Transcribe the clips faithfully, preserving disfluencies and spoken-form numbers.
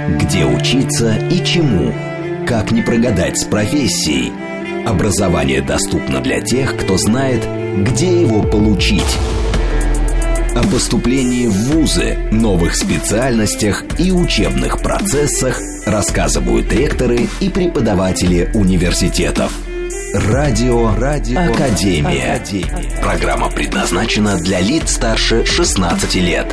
Где учиться и чему? Как не прогадать с профессией? Образование доступно для тех, кто знает, где его получить. О поступлении в вузы, новых специальностях и учебных процессах рассказывают ректоры и преподаватели университетов. Радио, Радио Академия. Академия. Программа предназначена для лиц старше шестнадцати лет.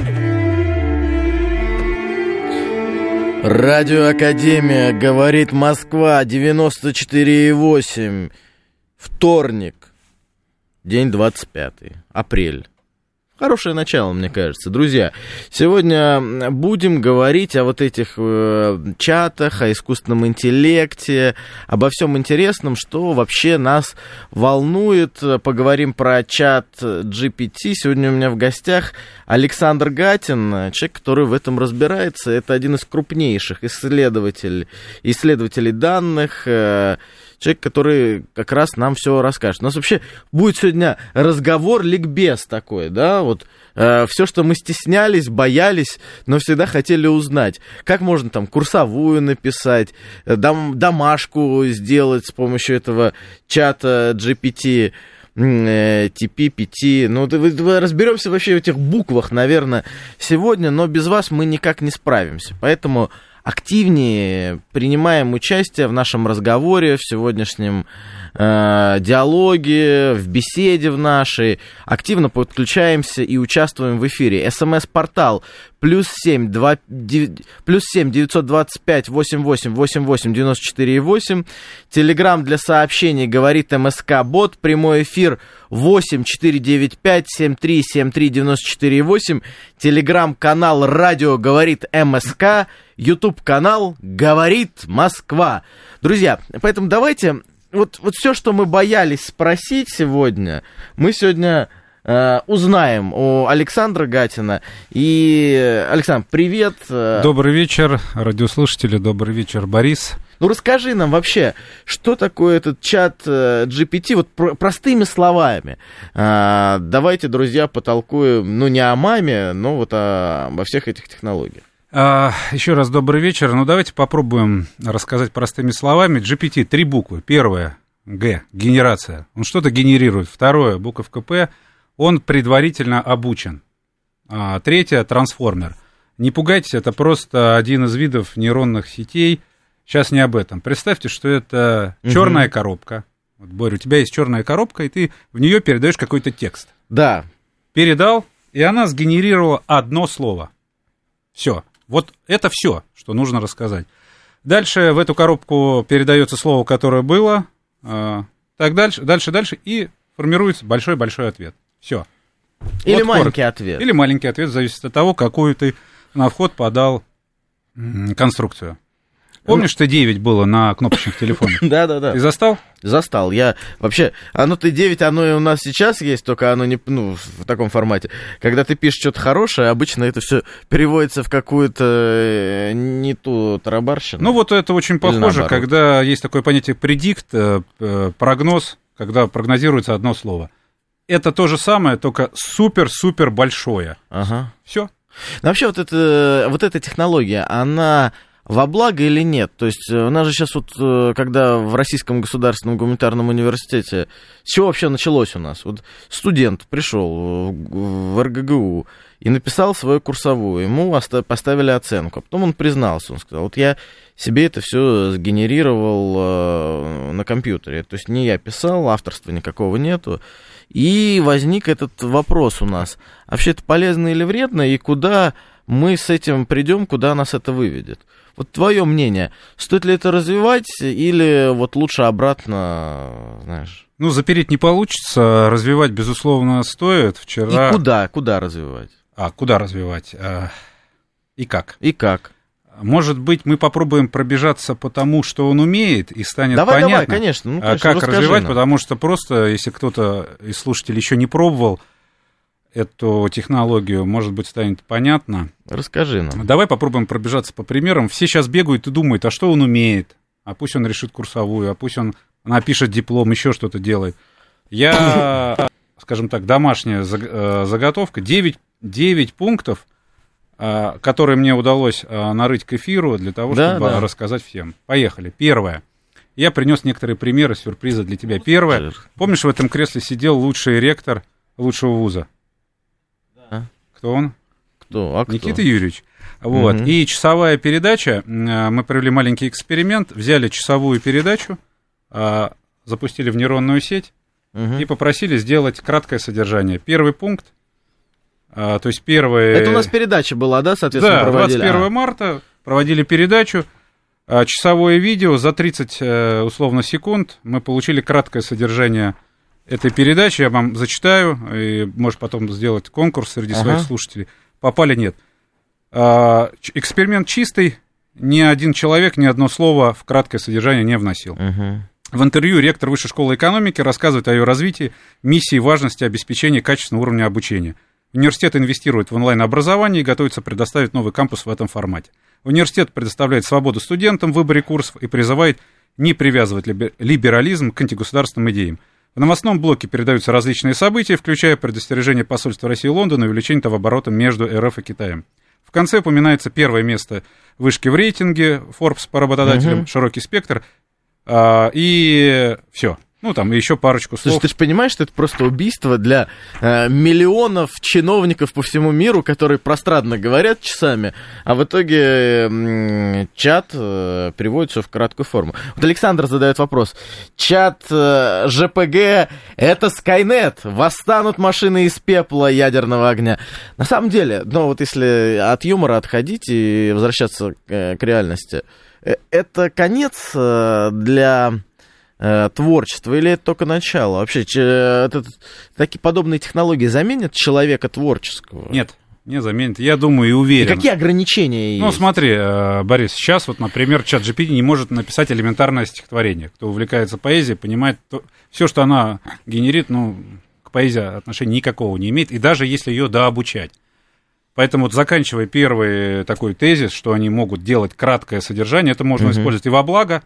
Радио Академия, говорит Москва, девяносто четыре и восемь. Вторник, день двадцать пятый, апрель. Хорошее начало, мне кажется. Друзья, сегодня будем говорить о вот этих э, чатах, о искусственном интеллекте, обо всем интересном, что вообще нас волнует. Поговорим про чат джи пи ти. Сегодня у меня в гостях Александр Гатин, человек, который в этом разбирается. Это один из крупнейших исследователей, исследователей данных, э, человек, который как раз нам все расскажет. У нас вообще будет сегодня разговор ликбез такой, да, вот э, все, что мы стеснялись, боялись, но всегда хотели узнать. Как можно там курсовую написать, дом, домашку сделать с помощью этого чата джи пи ти, э, ти пи, пи ти. Ну, разберемся вообще в этих буквах, наверное, сегодня, но без вас мы никак не справимся. Поэтому активнее принимаем участие в нашем разговоре, в сегодняшнем э, диалоге, в беседе в нашей. Активно подключаемся и участвуем в эфире. СМС-портал плюс семь девятьсот двадцать пять восемьдесят восемь восемьдесят восемь девяносто четыре восемь. Телеграм для сообщений говорит МСК-бот. Прямой эфир восемь четыре девять пять семь три семь три девяносто четыре восемь. Телеграм-канал радио говорит МСК. Ютуб-канал «Говорит Москва». Друзья, поэтому давайте, вот, вот все, что мы боялись спросить сегодня, мы сегодня э, узнаем у Александра Гатина. И, Александр, привет. Добрый вечер, радиослушатели, добрый вечер, Борис. Ну, расскажи нам вообще, что такое этот чат джи пи ти, вот про- простыми словами. Э, давайте, друзья, потолкуем, ну, не о маме, но вот о, обо всех этих технологиях. А, еще раз добрый вечер. Ну, давайте попробуем рассказать простыми словами. джи пи ти, три буквы. Первое, Г, генерация. Он что-то генерирует. Второе, буковка П, он предварительно обучен. А, третье, трансформер. Не пугайтесь, это просто один из видов нейронных сетей. Сейчас не об этом. Представьте, что это угу. черная коробка. Вот, Боря, у тебя есть черная коробка, и ты в нее передаешь какой-то текст. Да. Передал, и она сгенерировала одно слово. Все. Вот это все, что нужно рассказать. Дальше в эту коробку передается слово, которое было. Э, так дальше, дальше, дальше. И формируется большой-большой ответ. Все. Или вот маленький коротко. ответ. Или маленький ответ, зависит от того, какую ты на вход подал м- конструкцию. Помнишь, Т девять было на кнопочных телефонах? Да-да-да. Ты застал? Застал. Я вообще... Оно Т девять, оно и у нас сейчас есть, только оно не, ну, в таком формате. Когда ты пишешь что-то хорошее, обычно это все переводится в какую-то не ту тарабарщину. Ну, вот это очень похоже, когда есть такое понятие предикт, прогноз, когда прогнозируется одно слово. Это то же самое, только супер-супер большое. Ага. Все. Вообще вот, это, вот эта технология, она... во благо или нет? То есть у нас же сейчас вот, когда в Российском государственном гуманитарном университете, с чего вообще началось у нас? Вот студент пришел в эр гэ гэ у и написал свою курсовую, ему поставили оценку, а потом он признался, он сказал, вот я себе это все сгенерировал на компьютере, то есть не я писал, авторства никакого нету, и возник этот вопрос у нас, вообще это полезно или вредно, и куда мы с этим придем, куда нас это выведет? Вот твое мнение, стоит ли это развивать или вот лучше обратно, знаешь? Ну, запереть не получится, развивать, безусловно, стоит. Вчера... И куда? Куда развивать? А, куда развивать? А, и как? И как? Может быть, мы попробуем пробежаться по тому, что он умеет, и станет давай, понятно, давай, конечно. Ну, конечно, как развивать, нам. Потому что просто, если кто-то из слушателей еще не пробовал эту технологию, может быть, станет понятно. Расскажи нам. Давай попробуем пробежаться по примерам. Все сейчас бегают и думают, а что он умеет? А пусть он решит курсовую, а пусть он напишет диплом, еще что-то делает. Я, скажем так, домашняя заготовка, девять, девять пунктов которые мне удалось нарыть к эфиру для того, да, чтобы да. рассказать всем. Поехали. Первое. Я принес некоторые примеры, сюрприза для тебя. Первое. Помнишь, в этом кресле сидел лучший ректор лучшего вуза? Да. Кто он? Кто? А кто? Никита Юрьевич. Вот. Угу. И часовая передача, мы провели маленький эксперимент, взяли часовую передачу, запустили в нейронную сеть угу. и попросили сделать краткое содержание. Первый пункт. А, то есть первое... Это у нас передача была, да, соответственно, да, проводили? двадцать первого а. марта проводили передачу, а, часовое видео, за тридцать, условно, секунд мы получили краткое содержание этой передачи, я вам зачитаю, и можешь потом сделать конкурс среди ага. своих слушателей. Попали, нет. А, эксперимент чистый, ни один человек, ни одно слово в краткое содержание не вносил. Угу. В интервью ректор Высшей школы экономики рассказывает о ее развитии, миссии и важности обеспечения качественного уровня обучения. Университет инвестирует в онлайн-образование и готовится предоставить новый кампус в этом формате. Университет предоставляет свободу студентам в выборе курсов и призывает не привязывать либерализм к антигосударственным идеям. В новостном блоке передаются различные события, включая предостережение посольства России и Лондона и увеличение товарооборота между РФ и Китаем. В конце упоминается первое место вышки в рейтинге Forbes по работодателям, угу. широкий спектр, а, и все. Ну, там еще парочку слов. Слушай, ты же понимаешь, что это просто убийство для э, миллионов чиновников по всему миру, которые пространно говорят часами, а в итоге э, чат э, приводит все в краткую форму. Вот Александр задает вопрос. Чат э, ЖПГ — это Скайнет. Восстанут машины из пепла ядерного огня. На самом деле, ну вот если от юмора отходить и возвращаться э, к реальности, э, это конец э, для... творчество, или это только начало? Вообще, это, такие подобные технологии заменят человека творческого? Нет, не заменят. Я думаю и уверен. И какие ограничения есть? Ну, смотри, Борис, сейчас вот, например, чат джи пи ти не может написать элементарное стихотворение. Кто увлекается поэзией, понимает, то, все, что она генерит, ну, к поэзии отношения никакого не имеет, и даже если ее дообучать. Поэтому, вот, заканчивая первый такой тезис, что они могут делать краткое содержание, это можно угу. использовать и во благо,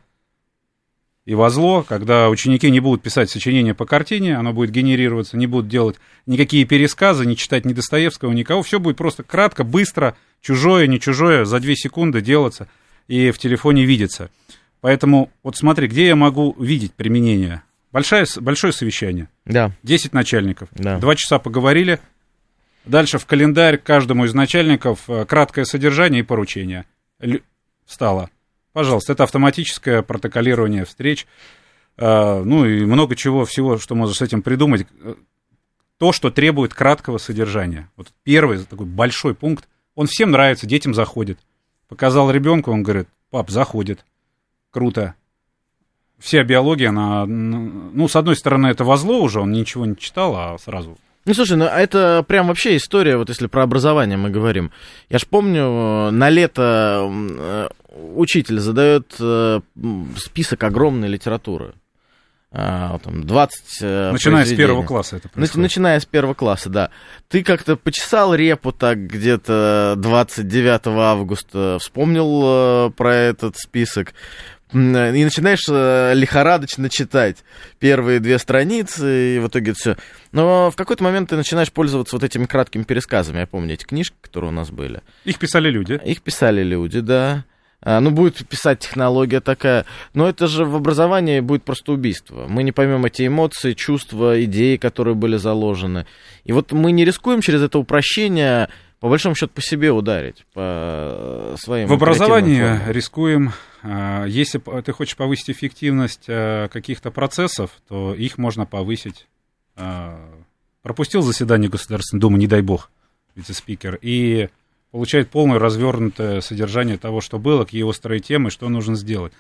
и во зло, когда ученики не будут писать сочинения по картине, оно будет генерироваться, не будут делать никакие пересказы, не читать ни Достоевского, никого, все будет просто кратко, быстро, чужое, не чужое, за две секунды делаться и в телефоне видеться. Поэтому вот смотри, где я могу видеть применение? Большое, большое совещание, да. десять начальников, да. два часа поговорили, дальше в календарь каждому из начальников краткое содержание и поручение. Встало. Пожалуйста, это автоматическое протоколирование встреч, э, ну и много чего, всего, что можно с этим придумать. То, что требует краткого содержания. Вот первый такой большой пункт, он всем нравится, детям заходит. Показал ребенку, он говорит, пап, заходит, круто. Вся биология, она, ну, с одной стороны, это во зло уже, он ничего не читал, а сразу... Ну, слушай, ну это прям вообще история, вот если про образование мы говорим. Я ж помню, на лето учитель задает список огромной литературы. Там двадцать Начиная с первого класса это происходит. Начиная с первого класса, да. Ты как-то почесал репу так где-то двадцать девятого августа, вспомнил про этот список, и начинаешь лихорадочно читать первые две страницы, и в итоге все. Но в какой-то момент ты начинаешь пользоваться вот этими краткими пересказами. Я помню эти книжки, которые у нас были. Их писали люди. Их писали люди, да. А, ну, будет писать технология такая. Но это же в образовании будет просто убийство. Мы не поймем эти эмоции, чувства, идеи, которые были заложены. И вот мы не рискуем через это упрощение, по большому счету, по себе ударить, по своим... В образовании рискуем. Если ты хочешь повысить эффективность каких-то процессов, то их можно повысить. Пропустил заседание Государственной Думы, не дай бог, вице-спикер, и получает полное развернутое содержание того, что было, какие острые темы, что нужно сделать.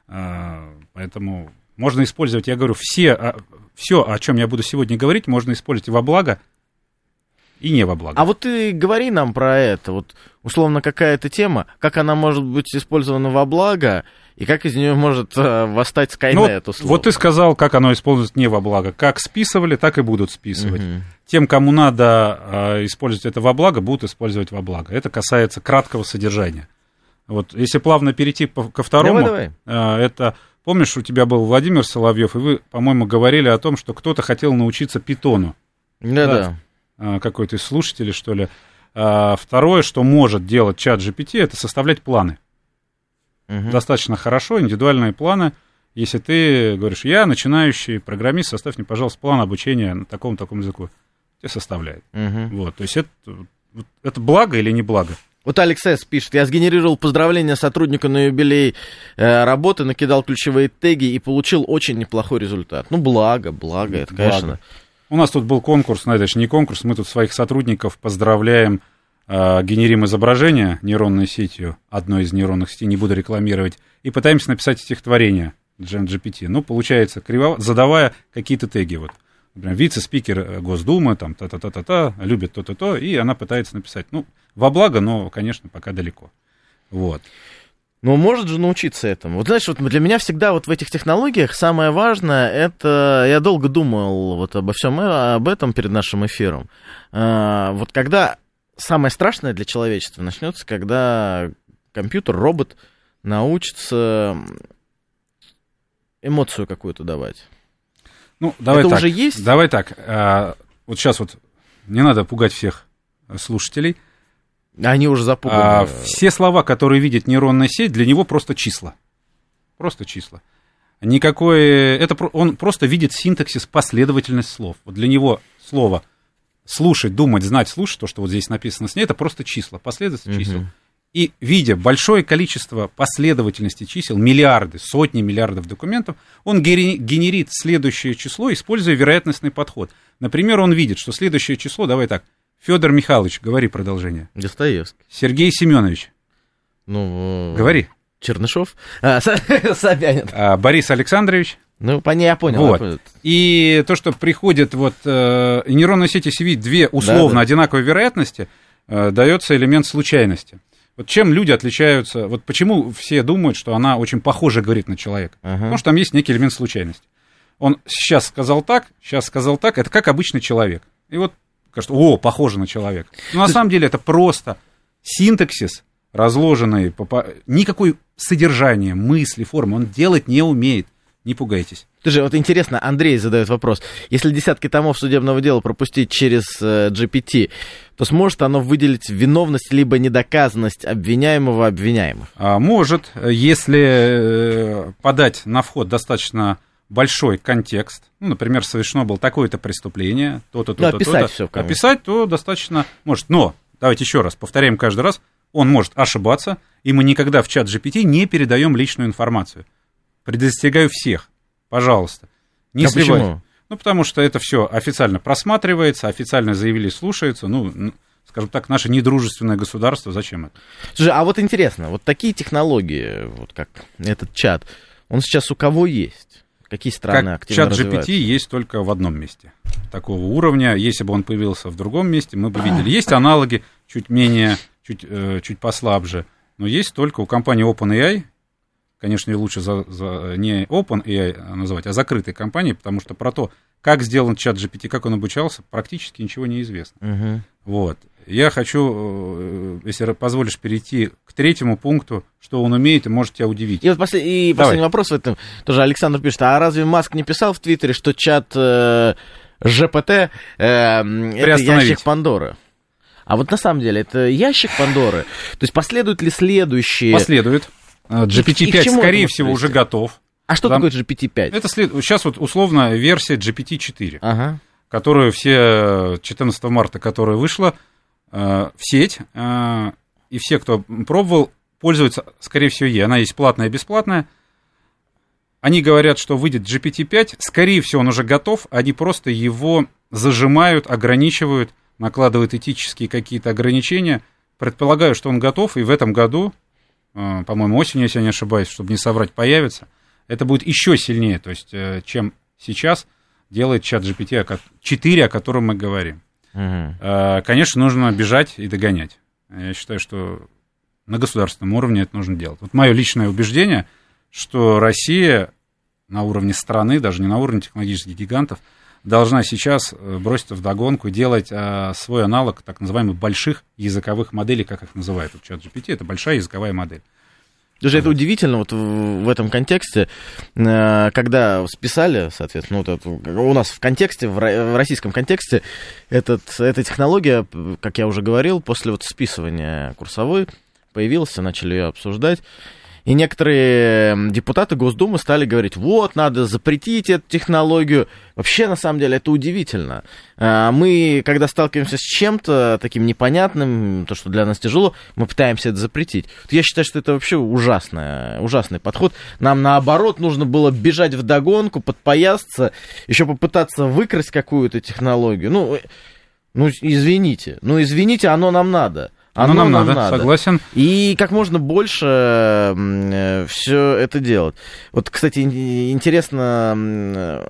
Поэтому можно использовать, я говорю, все, все, о чем я буду сегодня говорить, можно использовать во благо и не во благо. А вот ты говори нам про это, вот условно какая-то тема, как она может быть использована во благо, и как из нее может э, восстать Скайнет, ну, условно. Вот ты сказал, как оно используется не во благо. Как списывали, так и будут списывать. Угу. Тем, кому надо э, использовать это во благо, будут использовать во благо. Это касается краткого содержания. Вот, если плавно перейти по, ко второму, давай, давай. Э, это, помнишь, у тебя был Владимир Соловьев, и вы, по-моему, говорили о том, что кто-то хотел научиться питону. Да-да. Какой-то из слушателей, что ли. А, второе, что может делать чат джи пи ти, это составлять планы. Угу. Достаточно хорошо, индивидуальные планы. Если ты говоришь, я начинающий программист, составь мне, пожалуйста, план обучения на таком-таком языку. Тебе составляет. Угу. Вот, то есть это, это благо или не благо? Вот Алекс С. пишет, я сгенерировал поздравления сотруднику на юбилей э, работы, накидал ключевые теги и получил очень неплохой результат. Ну, благо, благо, это, Благо. конечно. У нас тут был конкурс, ну, это же не конкурс, мы тут своих сотрудников поздравляем, э, генерим изображение нейронной сетью, одной из нейронных сетей, не буду рекламировать, и пытаемся написать стихотворение джем джи пи ти. Ну, получается, криво, задавая какие-то теги, вот. Например, вице-спикер Госдумы, там, та-та-та-та-та, любит то-то-то, и она пытается написать, ну, во благо, но, конечно, пока далеко. Вот. Но может же научиться этому. Вот знаешь, вот для меня всегда вот в этих технологиях самое важное, это, я долго думал вот обо всем об этом перед нашим эфиром. Вот когда самое страшное для человечества начнется, когда компьютер, робот научится эмоцию какую-то давать. Ну, давай это так, уже есть? Давай так, а, вот сейчас вот не надо пугать всех слушателей. Они уже запуганы. А, все слова, которые видит нейронная сеть, для него просто числа. Просто числа. Никакое... Это, он просто видит синтаксис, последовательность слов. Вот для него слово слушать, думать, знать, слушать, то, что вот здесь написано с ней, это просто числа, последовательность чисел. Угу. И видя большое количество последовательности чисел, миллиарды, сотни миллиардов документов, он генерит следующее число, используя вероятностный подход. Например, он видит, что следующее число, давай так, Федор Михайлович, говори продолжение. Достоевский. Сергей Семенович. Ну, говори. Чернышов. А, Собянин. А, Борис Александрович. Ну, я понял. Вот. Я понял. И то, что приходит вот э, нейронной сети, если видит две условно да, да. одинаковые вероятности, э, дается элемент случайности. Вот чем люди отличаются, вот почему все думают, что она очень похоже говорит на человека? Uh-huh. Потому что там есть некий элемент случайности. Он сейчас сказал так, сейчас сказал так, это как обычный человек. И вот кажется, о, похоже на человека. Но на самом деле это просто синтаксис, разложенный, по... никакой содержания, мысли, формы он делать не умеет. Не пугайтесь. Слушай, вот интересно, Андрей задает вопрос. Если десятки томов судебного дела пропустить через э, джи пи ти, то сможет оно выделить виновность либо недоказанность обвиняемого обвиняемых? А, может, если э, подать на вход достаточно большой контекст, ну, например, совершено было такое-то преступление, то-то, то-то, ну, описать то-то, все, описать, то достаточно может. Но, давайте еще раз, повторяем каждый раз, он может ошибаться, и мы никогда в чат джи пи ти не передаем личную информацию. Предостерегаю всех, пожалуйста, не а сливайте. Почему? Ну, потому что это все официально просматривается, официально заявили, слушается. Ну, скажем так, наше недружественное государство, зачем это? Слушай, а вот интересно, вот такие технологии, вот как этот чат, он сейчас у кого есть? Какие страны как активно чат джи пи развиваются? ти есть только в одном месте такого уровня. Если бы он появился в другом месте, мы бы видели. Есть аналоги чуть менее, чуть, э, чуть послабже, но есть только у компании OpenAI. Конечно, ее лучше за, за, не OpenAI называть, а закрытой компанией, потому что про то, как сделан чат джи пи ти, как он обучался, практически ничего не известно. Угу. Вот. Я хочу, если позволишь, перейти к третьему пункту, что он умеет и может тебя удивить. И, вот послед... и последний вопрос в этом. Тоже Александр пишет, а разве Маск не писал в Твиттере, что чат э, джи пи ти э, это ящик Пандоры? А вот на самом деле это ящик Пандоры? То есть последуют ли следующие... Последует. джи пи ти пять, скорее всего, уже готов. А что Там... такое джи пи ти пять? Это след... Сейчас вот условно версия джи пи ти четыре, ага. которую все четырнадцатого марта, которая вышла э, в сеть, э, и все, кто пробовал, пользуются, скорее всего, ей. Она есть платная и бесплатная. Они говорят, что выйдет джи пи ти пять, скорее всего, он уже готов, они просто его зажимают, ограничивают, накладывают этические какие-то ограничения. Предполагаю, что он готов, и в этом году, э, по-моему, осенью, если я не ошибаюсь, чтобы не соврать, появится. Это будет еще сильнее, то есть, э, чем сейчас делает чат джи пи ти четыре, о котором мы говорим. Uh-huh. Э, конечно, нужно бежать и догонять. Я считаю, что на государственном уровне это нужно делать. Вот мое личное убеждение, что Россия на уровне страны, даже не на уровне технологических гигантов, должна сейчас броситься вдогонку и делать э, свой аналог так называемых больших языковых моделей, как их называют. Вот чат джи пи ти — это большая языковая модель. Даже это удивительно вот в, в этом контексте, когда списали, соответственно, вот это, у нас в контексте, в российском контексте, этот, эта технология, как я уже говорил, после вот списывания курсовой появилась, начали ее обсуждать. И некоторые депутаты Госдумы стали говорить, вот, надо запретить эту технологию. Вообще, на самом деле, это удивительно. Мы, когда сталкиваемся с чем-то таким непонятным, то, что для нас тяжело, мы пытаемся это запретить. Я считаю, что это вообще ужасный, ужасный подход. Нам, наоборот, нужно было бежать вдогонку, подпоясаться, еще попытаться выкрасть какую-то технологию. Ну, ну извините, ну, извините, оно нам надо. Оно, оно нам, нам надо, надо, согласен. И как можно больше э, все это делать. Вот, кстати, интересно, э,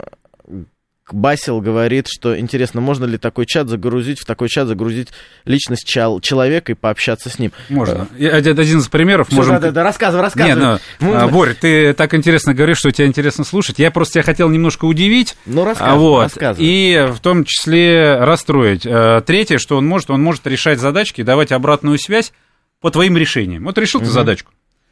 Басил говорит, что интересно, можно ли такой чат загрузить, в такой чат загрузить личность чел- человека и пообщаться с ним. Можно. Один из примеров. Все, можем... да, да, да, рассказывай, рассказывай. Нет, ну, Мы... Борь, ты так интересно говоришь, что тебе интересно слушать. Я просто тебя хотел немножко удивить. Ну, рассказывай, вот, рассказывай. И в том числе расстроить. Третье, что он может, он может решать задачки и давать обратную связь по твоим решениям. Вот решил угу. ты задачку.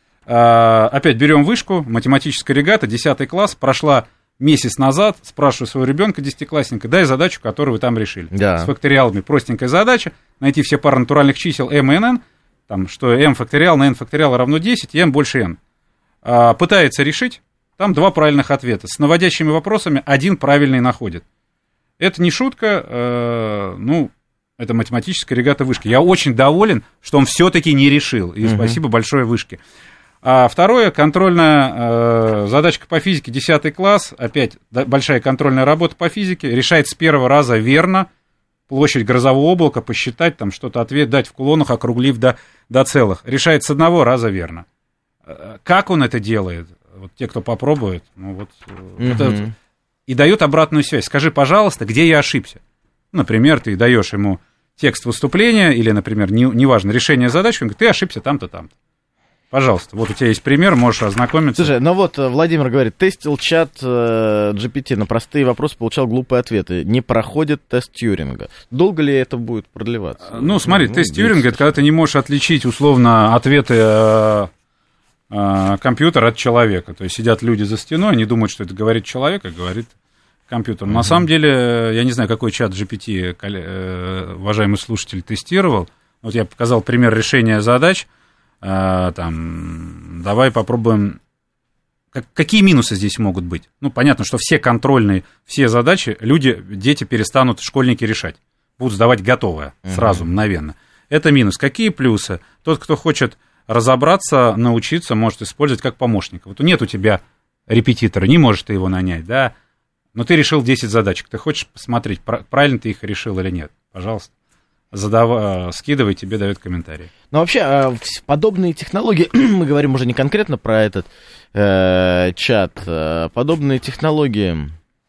Опять берем вышку, математическая регата, десятый класс, прошла месяц назад, спрашиваю своего ребенка, десятиклассника, дай задачу, которую вы там решили. Да. С факториалами. Простенькая задача, найти все пары натуральных чисел m и n, там, что m факториал на n факториал равно десять, и m больше n. А, пытается решить, там два правильных ответа. С наводящими вопросами один правильный находит. Это не шутка, э, ну, это математическая регата вышки. Я очень доволен, что он все-таки не решил, и угу. спасибо большое вышке. А второе, контрольная э, задачка по физике, десятый класс, опять да, большая контрольная работа по физике, решает с первого раза верно, площадь грозового облака, посчитать, там что-то ответ дать в кулонах, округлив до, до целых. Решает с одного раза верно. Как он это делает? Вот те, кто попробует, ну вот, mm-hmm. вот это, и дает обратную связь. Скажи, пожалуйста, где я ошибся? Например, ты даешь ему текст выступления или, например, не, неважно, решение задачи, он говорит, ты ошибся там-то, там-то. Пожалуйста, вот у тебя есть пример, можешь ознакомиться. Слушай, ну вот Владимир говорит, тестил чат э, джи пи ти, на простые вопросы получал глупые ответы. Не проходит тест Тьюринга. Долго ли это будет продлеваться? Ну, смотри, ну, тест Тьюринга, это когда ты не можешь отличить, условно, ответы э, э, компьютера от человека. То есть сидят люди за стеной, они думают, что это говорит человек, а говорит компьютер. Но mm-hmm. на самом деле, я не знаю, какой чат джи пи ти, э, уважаемый слушатель, тестировал. Вот я показал пример решения задач. Там, давай попробуем, как, какие минусы здесь могут быть? Ну, понятно, что все контрольные, все задачи люди, дети перестанут, школьники решать, будут сдавать готовое, сразу, uh-huh. мгновенно. Это минус. Какие плюсы? Тот, кто хочет разобраться, научиться, может использовать как помощника. Вот нет у тебя репетитора, не можешь ты его нанять, да, но ты решил десять задачек, ты хочешь посмотреть, правильно ты их решил или нет, пожалуйста. Задав... скидывай, тебе дают комментарии. Ну, вообще, подобные технологии, мы говорим уже не конкретно про этот э, чат, э, подобные технологии,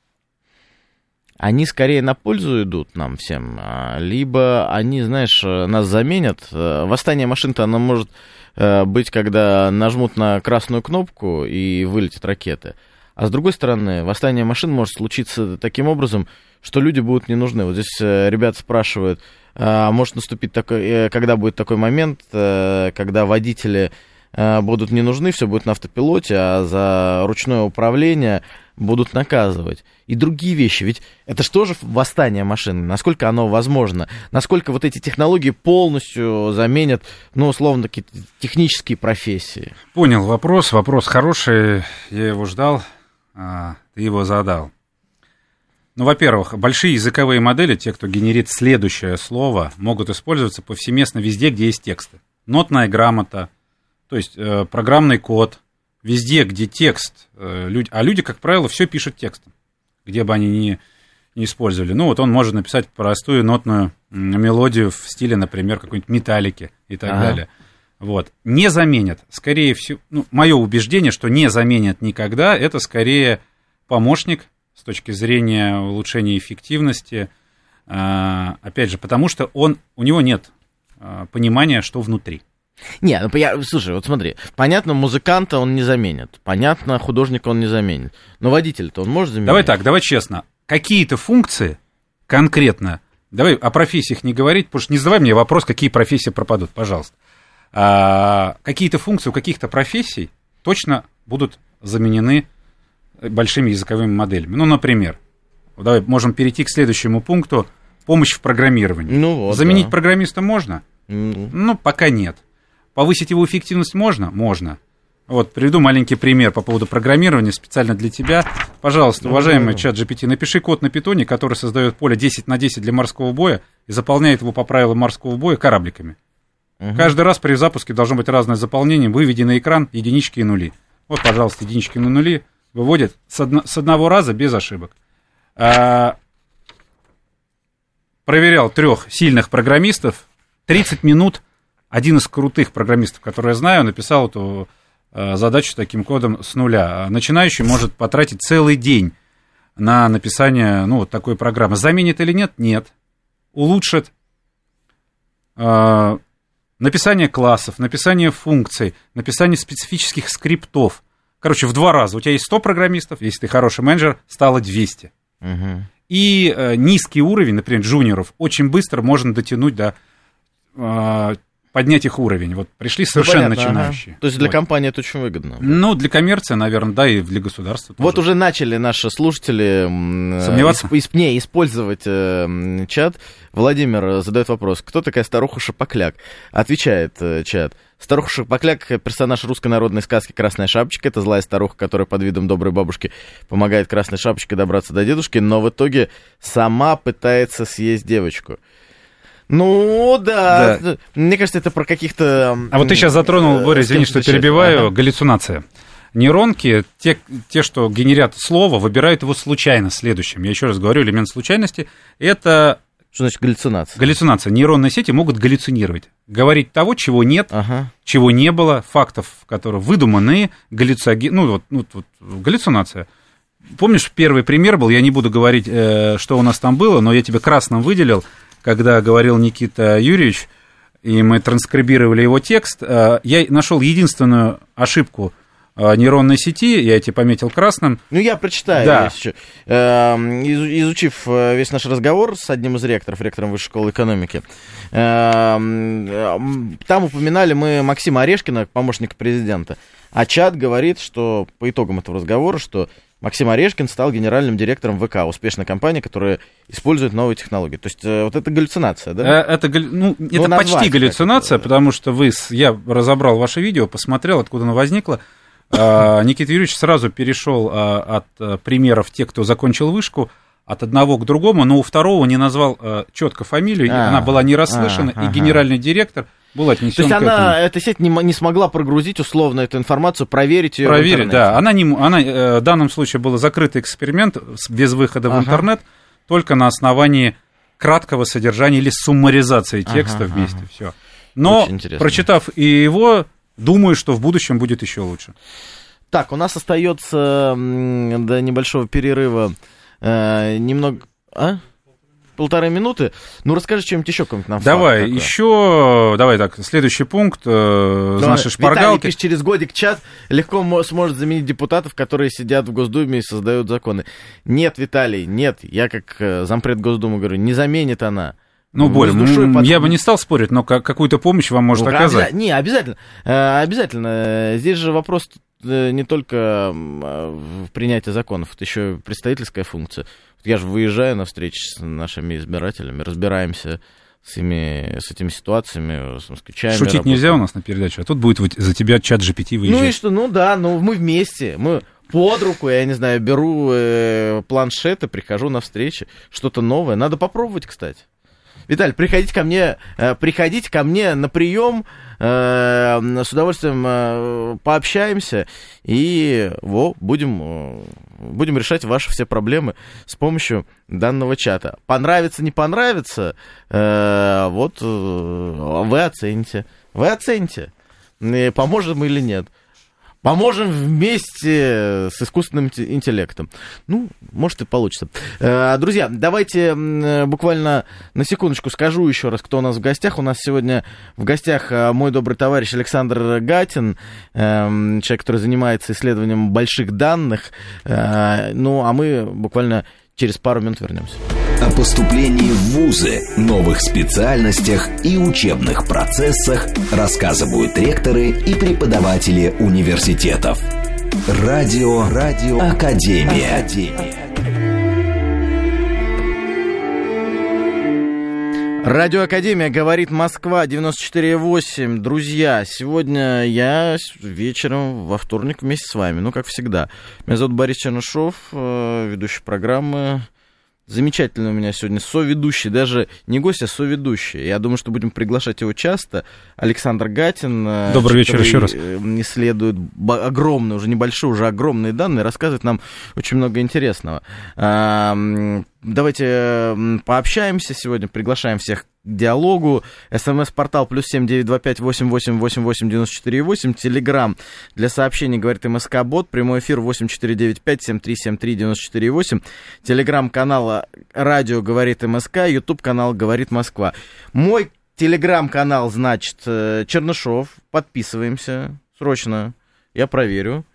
они скорее на пользу идут нам всем, либо они, знаешь, нас заменят. Восстание машин-то оно может быть, когда нажмут на красную кнопку и вылетят ракеты. А с другой стороны, восстание машин может случиться таким образом, что люди будут не нужны. Вот здесь ребята спрашивают, а может наступить такой, когда будет такой момент, когда водители будут не нужны, все будет на автопилоте, а за ручное управление будут наказывать. И другие вещи. Ведь это же тоже восстание машин. Насколько оно возможно? Насколько вот эти технологии полностью заменят, ну, условно, какие-то технические профессии? Понял вопрос. Вопрос хороший. Я его ждал. А, ты его задал. Ну, во-первых, большие языковые модели, те, кто генерит следующее слово, могут использоваться повсеместно везде, где есть тексты. Нотная грамота, то есть э, программный код, везде, где текст, э, люди, а люди, как правило, все пишут текстом, где бы они ни, ни использовали. Ну, вот он может написать простую нотную мелодию в стиле, например, какой-нибудь металлики и так ага. далее. Вот. Не заменят, скорее всего, ну, мое убеждение, что не заменят никогда, это скорее помощник с точки зрения улучшения эффективности, а, опять же, потому что он, у него нет а, понимания, что внутри. Не, ну, я, слушай, вот смотри, понятно, музыканта он не заменит, понятно, художника он не заменит, но водителя-то он может заменить? Давай так, давай честно, какие-то функции конкретно, давай о профессиях не говорить, потому что не задавай мне вопрос, какие профессии пропадут, пожалуйста. а, какие-то функции у каких-то профессий точно будут заменены большими языковыми моделями. Ну, например, давай можем перейти к следующему пункту. Помощь в программировании. Ну, вот, Заменить да. программиста можно? Mm. Ну, пока нет. Повысить его эффективность можно? Можно. Вот, приведу маленький пример по поводу программирования специально для тебя. Пожалуйста, уважаемый чат джи пи ти, напиши код на питоне, который создает поле десять на десять для морского боя и заполняет его по правилам морского боя корабликами. Uh-huh. Каждый раз при запуске должно быть разное заполнение. Выведи на экран единички и нули. Вот, пожалуйста, единички и нули выводят с, одно, с одного раза без ошибок. А, проверял трех сильных программистов. тридцать минут. Один из крутых программистов, который я знаю, написал эту а, задачу таким кодом с нуля. Начинающий может потратить целый день на написание ну, вот такой программы. Заменит или нет? Нет. Улучшит а, написание классов, написание функций, написание специфических скриптов. Короче, в два раза. У тебя есть сто программистов, если ты хороший менеджер, стало двести. Угу. И э, низкий уровень, например, джуниоров, очень быстро можно дотянуть до э, поднять их уровень. Вот пришли совершенно ну, понятно, начинающие. Ага. То есть для вот. компании это очень выгодно. Ну, для коммерции, наверное, да, и для государства тоже. Вот уже начали наши слушатели сомневаться? Исп, исп, не, использовать э, чат. Владимир задает вопрос. Кто такая старуха Шапокляк? Отвечает э, чат. Старуха Шапокляк — персонаж русской народной сказки «Красная шапочка». Это злая старуха, которая под видом доброй бабушки помогает Красной Шапочке добраться до дедушки, но в итоге сама пытается съесть девочку. Ну, да. да. Мне кажется, это про каких-то... А вот ты сейчас затронул, Боря, извини, что перебиваю, ага. галлюцинация. Нейронки, те, те, что генерят слово, выбирают его случайно следующим. Я еще раз говорю, элемент случайности — это... Что значит галлюцинация? Галлюцинация. Нейронные сети могут галлюцинировать. Говорить того, чего нет, ага. чего не было, фактов, которые выдуманы, галлюци... ну, вот, ну, вот, галлюцинация. Помнишь, первый пример был, я не буду говорить, э, что у нас там было, но я тебе красным выделил, когда говорил Никита Юрьевич, и мы транскрибировали его текст, э, я нашел единственную ошибку нейронной сети, я тебе пометил красным. Ну, я прочитаю. Да. Еще. Э, изучив весь наш разговор с одним из ректоров, ректором Высшей школы экономики, э, там упоминали мы Максима Орешкина, помощника президента, а чат говорит, что по итогам этого разговора, что Максим Орешкин стал генеральным директором вэ ка, успешной компании, которая использует новые технологии. То есть вот это галлюцинация, да? Это, ну, это ну, почти галлюцинация, потому что вы, я разобрал ваше видео, посмотрел, откуда оно возникло. Никита Юрьевич сразу перешел от примеров тех, кто закончил вышку, от одного к другому, но у второго не назвал четко фамилию, а, она была не расслышана, а, и ага. генеральный директор был отнесен. То есть к она, этому. Эта сеть не, не смогла прогрузить условно эту информацию, проверить ее Проверить, в интернете. да. Она, не, она в данном случае был закрытый эксперимент без выхода ага. в интернет, только на основании краткого содержания или суммаризации текста ага, вместе. Ага. Все. Но, прочитав и его, думаю, что в будущем будет еще лучше. Так, у нас остается до небольшого перерыва э, немного... А? Полторы минуты. Ну, расскажи что-нибудь еще, какой-нибудь нам Давай, еще... Давай так, следующий пункт э, да, нашей шпаргалки. Виталий пишет, через годик чат легко сможет заменить депутатов, которые сидят в Госдуме и создают законы. Нет, Виталий, нет. Я как зампред Госдумы говорю, не заменит она. Ну, Боря, потом... я бы не стал спорить, но какую-то помощь вам может ну, оказать. Обяза... Не, обязательно. Обязательно. Здесь же вопрос не только в принятии законов, это еще представительская функция. Я же выезжаю на встречи с нашими избирателями, разбираемся с, ими, с этими ситуациями, с москвичами. Шутить работаем. Нельзя у нас на передаче, а тут будет за тебя чат джи пи ти выезжать. Ну и что, ну да, ну мы вместе, мы под руку, я не знаю, беру э, планшет и прихожу на встречи, что-то новое, надо попробовать, кстати. Виталий, приходите ко мне, э, приходите ко мне на прием, э, с удовольствием э, пообщаемся и во, будем, э, будем решать ваши все проблемы с помощью данного чата. Понравится, не понравится, э, вот э, вы оцените, вы оцените, поможем или нет. Поможем вместе с искусственным интеллектом. Ну, может и получится. Друзья, давайте буквально на секундочку скажу еще раз, кто у нас в гостях. У нас сегодня в гостях мой добрый товарищ Александр Гатин, человек, который занимается исследованием больших данных. Ну, а мы буквально через пару минут вернемся. О поступлении в вузы, новых специальностях и учебных процессах рассказывают ректоры и преподаватели университетов. Радио, Радио Академия. Академия. Радио Академия, говорит Москва, девяносто четыре восемь. Друзья, сегодня я вечером во вторник вместе с вами, ну, как всегда. Меня зовут Борис Чернышов, ведущий программы. Замечательный у меня сегодня соведущий, даже не гость, а соведущий. Я думаю, что будем приглашать его часто. Александр Гатин. Добрый вечер еще раз. Исследует огромные, уже небольшие, уже огромные данные, рассказывает нам очень много интересного. Давайте пообщаемся сегодня, приглашаем всех к диалогу. СМС-портал плюс семь девять два пять восемь восемь восемь восемь девяносто четыре восемь. Телеграм для сообщений говорит МСК-бот. Прямой эфир восемь четыре девять пять семь три семь три девяносто четыре восемь. Телеграм-канал радио говорит МСК. Ютуб-канал говорит Москва. Мой телеграм-канал, значит, Чернышов. Подписываемся срочно. Я проверю.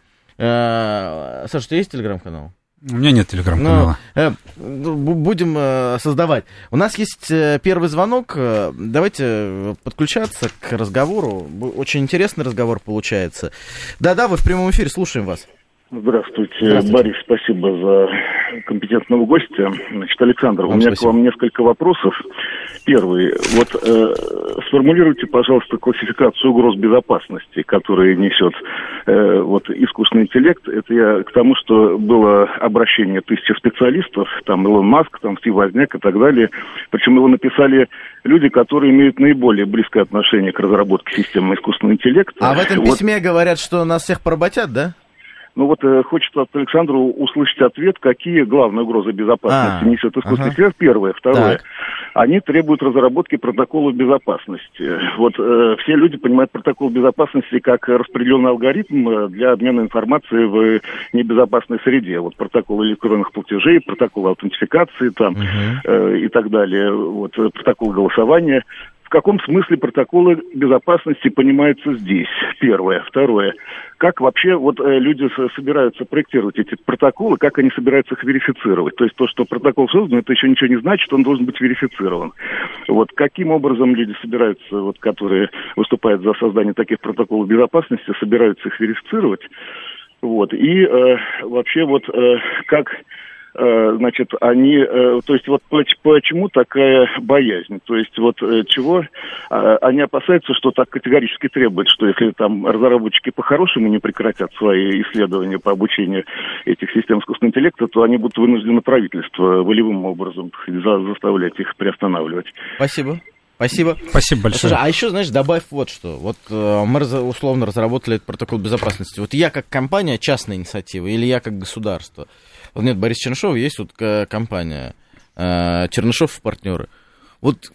Саша, у тебя есть телеграм-канал? У меня нет телеграм-канала. Ну, э, будем э, создавать. У нас есть э, первый звонок. Э, давайте подключаться к разговору. Очень интересный разговор получается. Да-да, вы в прямом эфире, слушаем вас. Здравствуйте, Здравствуйте. Борис, спасибо за компетентного гостя. Значит, Александр, Вам у меня спасибо. к вам несколько вопросов. Первый. Вот э, сформулируйте, пожалуйста, классификацию угроз безопасности, которые несет э, вот, искусственный интеллект. Это я к тому, что было обращение тысячи специалистов, там Илон Маск, там Стив Возняк и так далее. Причем его написали люди, которые имеют наиболее близкое отношение к разработке системы искусственного интеллекта. А в этом вот. письме говорят, что нас всех поработят, да? Ну вот э, хочется от Александра услышать ответ, какие главные угрозы безопасности а, несет искусственный ага. интеллект. Первое. Второе. Так. Они требуют разработки протоколов безопасности. Вот э, все люди понимают протокол безопасности как распределенный алгоритм для обмена информацией в небезопасной среде. Вот протокол электронных платежей, протокол аутентификации там, угу. э, и так далее. Вот, протокол голосования. В каком смысле протоколы безопасности понимаются здесь? Первое. Второе. Как вообще вот э, люди с, собираются проектировать эти протоколы, как они собираются их верифицировать? То есть то, что протокол создан, это еще ничего не значит, он должен быть верифицирован. Вот каким образом люди собираются, вот, которые выступают за создание таких протоколов безопасности, собираются их верифицировать? Вот. И э, вообще вот э, как... Значит, они, то есть вот почему такая боязнь? То есть вот чего они опасаются, что так категорически требуют, что если там разработчики по-хорошему не прекратят свои исследования по обучению этих систем искусственного интеллекта, то они будут вынуждены правительство волевым образом заставлять их приостанавливать. Спасибо. Спасибо. Спасибо большое. Слушай, а еще, знаешь, добавь вот что. Вот э, мы условно разработали этот протокол безопасности. Вот я как компания частная инициатива или я как государство. Вот нет, Борис Чернышов, есть вот компания э, Чернышов партнеры. Вот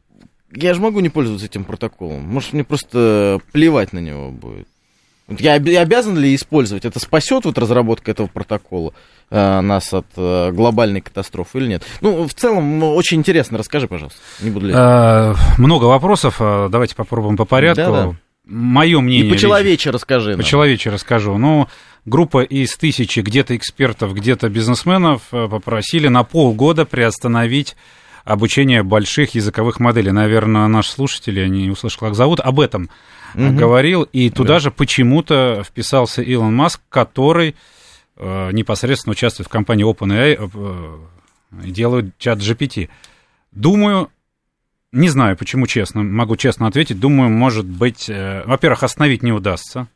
я же могу не пользоваться этим протоколом. Может, мне просто плевать на него будет. Вот я обязан ли использовать? Это спасет вот разработка этого протокола э, нас от э, глобальной катастрофы или нет? Ну, в целом, ну, очень интересно. Расскажи, пожалуйста. Не буду лезть. А, много вопросов. Давайте попробуем по порядку. Да, да. Мое мнение... И по-человече расскажи. По-человече расскажу. Ну, группа из тысячи где-то экспертов, где-то бизнесменов попросили на полгода приостановить обучение больших языковых моделей. Наверное, наши слушатели, я не услышал, как зовут, об этом угу. говорил. И туда да. же почему-то вписался Илон Маск, который э, непосредственно участвует в компании OpenAI э, и делает чат джи пи ти. Думаю... Не знаю, почему честно, могу честно ответить. Думаю, может быть, э, во-первых, остановить не удастся.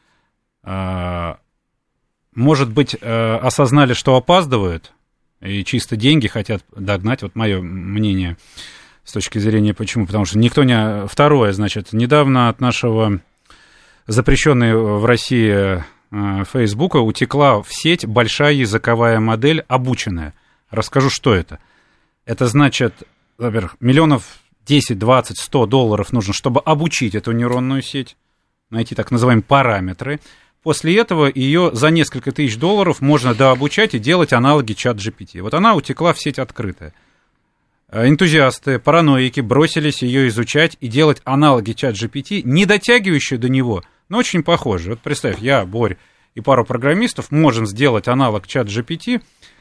Э, может быть, э, осознали, что опаздывают, и чисто деньги хотят догнать. Вот мое мнение с точки зрения почему. Потому что никто не... Второе, значит, недавно от нашего запрещенной в России э, Фейсбука утекла в сеть большая языковая модель обученная. Расскажу, что это. Это значит, во-первых, миллионов... десять, двадцать, сто долларов нужно, чтобы обучить эту нейронную сеть, найти так называемые параметры. После этого ее за несколько тысяч долларов можно дообучать и делать аналоги чат джи пи ти. Вот она утекла в сеть открытая. Энтузиасты, параноики бросились ее изучать и делать аналоги чат джи пи ти, не дотягивающие до него, но очень похожие. Вот представь, я, Борь и пару программистов можем сделать аналог чат джи пи ти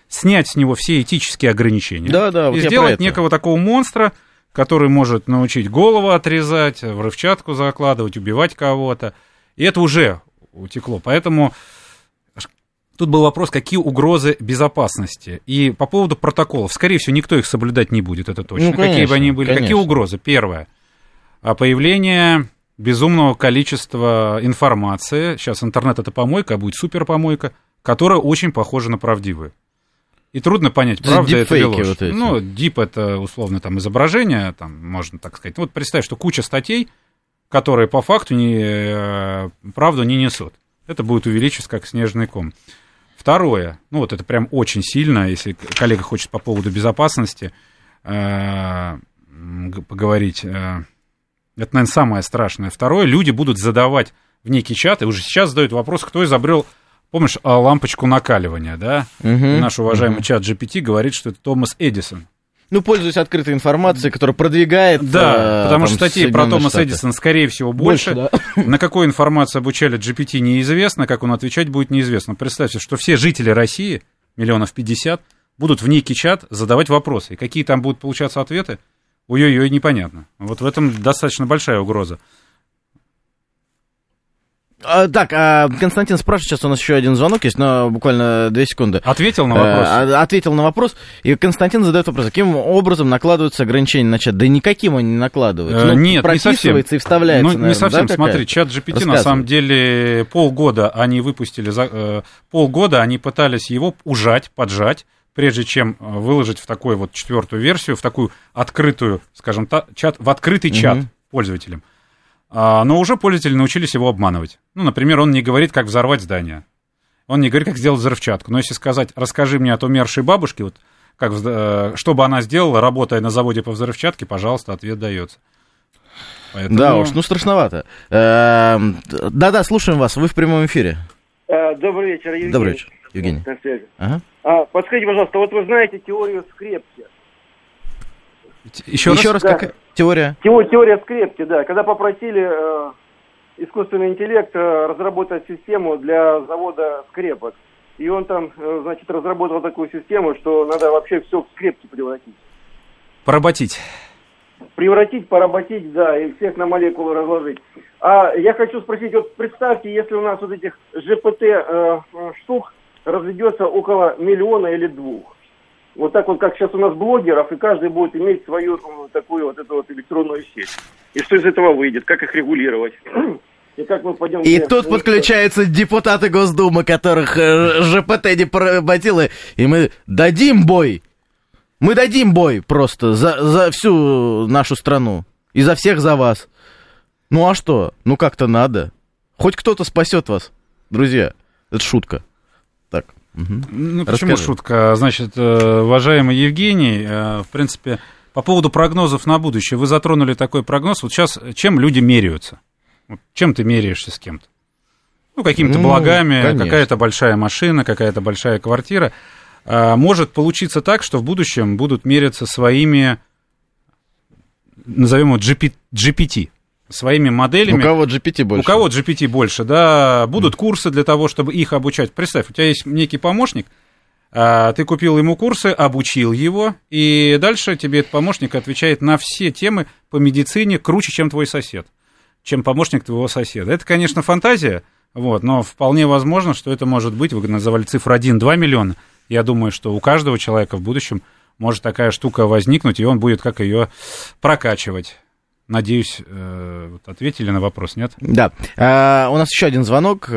снять с него все этические ограничения да, да, и сделать некого такого монстра, который может научить голову отрезать, взрывчатку закладывать, убивать кого-то. И это уже утекло. Поэтому тут был вопрос, какие угрозы безопасности. И по поводу протоколов. Скорее всего, никто их соблюдать не будет, это точно. Ну, конечно, какие бы они были. Конечно. Какие угрозы? Первое. Появление безумного количества информации. Сейчас интернет — это помойка, а будет суперпомойка, которая очень похожа на правдивую. И трудно понять, правда это или ложь. Вот ну, дип — это условно там изображение, там, можно так сказать. Вот представь, что куча статей, которые по факту не, правду не несут. Это будет увеличиваться как снежный ком. Второе, ну вот это прям очень сильно, если коллега хочет по поводу безопасности э, поговорить, э, это, наверное, самое страшное. Второе, люди будут задавать в некий чат, и уже сейчас задают вопрос, кто изобрел, помнишь, лампочку накаливания, да? Угу, Наш уважаемый угу. чат джи пи ти говорит, что это Томас Эдисон. Ну, пользуясь открытой информацией, которая продвигает... Да, э, потому что статей про Томаса Эдисона, скорее всего, больше. больше да. На какой информации обучали джи пи ти, неизвестно, как он отвечать будет, неизвестно. Представьте, что все жители России, миллионов пятьдесят, будут в некий чат задавать вопросы. И какие там будут получаться ответы, ой-ой-ой, непонятно. Вот в этом достаточно большая угроза. А, так, а Константин спрашивает, сейчас у нас еще один звонок есть, но буквально две секунды. Ответил на вопрос? А, ответил на вопрос, и Константин задает вопрос, каким образом накладываются ограничения на чат? Да никаким они не накладываются. Ну, Нет, не совсем. И вставляется, ну, наверное, не совсем, да, смотри, чат джи пи ти на самом деле полгода они выпустили, э, полгода они пытались его ужать, поджать, прежде чем выложить в такую вот четвертую версию, в такую открытую, скажем так, чат, в открытый угу. чат пользователям. Но уже пользователи научились его обманывать. Ну, например, он не говорит, как взорвать здание. Он не говорит, как сделать взрывчатку. Но если сказать, расскажи мне от умершей бабушки, вот, как, что бы она сделала, работая на заводе по взрывчатке, пожалуйста, ответ дается. Поэтому... Да уж, ну страшновато. Да-да, слушаем вас, вы в прямом эфире. Добрый вечер, Евгений. Добрый вечер, Евгений. На связи. Ага. А, подскажите, пожалуйста, вот вы знаете теорию скрепки? Еще, Еще раз, раз да. какая теория? Теория, теория скрепки, да. Когда попросили э, искусственный интеллект э, разработать систему для завода скрепок. И он там, э, значит, разработал такую систему, что надо вообще все в скрепки превратить. Поработить. Превратить, поработить, да, и всех на молекулы разложить. А я хочу спросить, вот представьте, если у нас вот этих джи пи ти э, штук разведется около миллиона или двух. Вот так вот, как сейчас у нас блогеров, и каждый будет иметь свою такую вот эту вот электронную сеть. И что из этого выйдет, как их регулировать? И как мы пойдем... И тут вместе... подключаются депутаты Госдумы, которых э, жэ пэ тэ не поработило, и мы дадим бой. Мы дадим бой просто за, за всю нашу страну. И за всех за вас. Ну а что? Ну как-то надо. Хоть кто-то спасет вас, друзья. Это шутка. Так. Угу. Ну, почему Расскажи. Шутка? Значит, уважаемый Евгений, в принципе, по поводу прогнозов на будущее, вы затронули такой прогноз. Вот сейчас чем люди меряются? Чем ты меряешься с кем-то? Ну, какими-то ну, благами, конечно. Какая-то большая машина, какая-то большая квартира. Может получиться так, что в будущем будут меряться своими, назовем его джи пи ти, своими моделями. У кого джи пи ти больше? У кого джи пи ти больше, да. Будут курсы для того, чтобы их обучать. Представь, у тебя есть некий помощник, ты купил ему курсы, обучил его, и дальше тебе этот помощник отвечает на все темы по медицине круче, чем твой сосед, чем помощник твоего соседа. Это, конечно, фантазия, вот, но вполне возможно, что это может быть. Вы назвали цифру один-два миллиона. Я думаю, что у каждого человека в будущем может такая штука возникнуть, и он будет как ее прокачивать. Надеюсь, ответили на вопрос, нет? Да. А, у нас еще один звонок.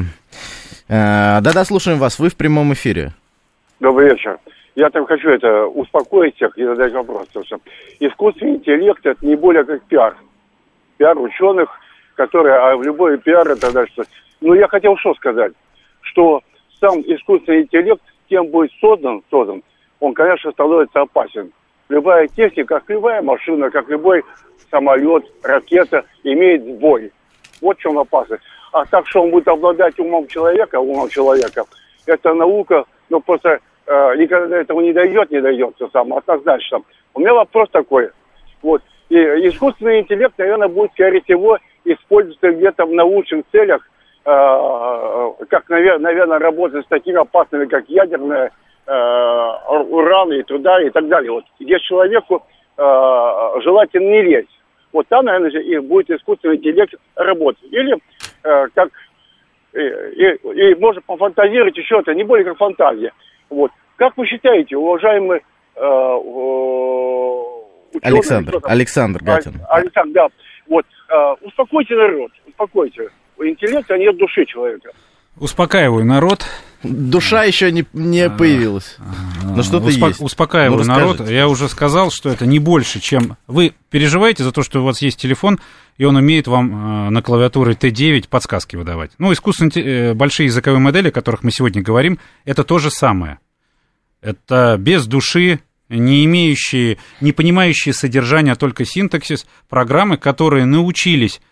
Да-да, слушаем вас. Вы в прямом эфире. Добрый вечер. Я там хочу это успокоить всех и задать вопрос. Потому что искусственный интеллект — это не более как пиар. Пиар ученых, которые, а в любой пиар это дальше. Ну, я хотел что сказать, что сам искусственный интеллект, кем будет создан, создан, он, конечно, становится опасен. Любая техника, как любая машина, как любой самолет, ракета имеет сбой. Вот в чем опасность. А так, что он будет обладать умом человека, умом человека, это наука, ну, просто э, никогда до этого не дойдет, не дойдет, все самое, однозначно. У меня вопрос такой. Вот. И искусственный интеллект, наверное, будет, скорее всего, использоваться где-то в научных целях, э, как, наверное, работать с такими опасными, как ядерное э, урана и труда и так далее. Вот, где человеку э, желательно не лезть. Вот там, наверное, и будет искусственный интеллект работать. Или э, как и, и, и можно пофантазировать еще, это не более как фантазия. Вот. Как вы считаете, уважаемый э, ученый, Александр, Александр Гатин. Александр, да. Вот, э, успокойте народ, успокойте. У интеллекта нет души человека. Успокаиваю народ. Душа еще не, не появилась. Но что-то Успо- есть. Успокаиваю Ну, народ. Я уже сказал, что это не больше, чем... Вы переживаете за то, что у вас есть телефон, и он умеет вам э, на клавиатуре Т девять подсказки выдавать. Ну, искусственные э, большие языковые модели, о которых мы сегодня говорим, это то же самое. Это без души, не имеющие, не понимающие содержание, а только синтаксис, программы, которые научились,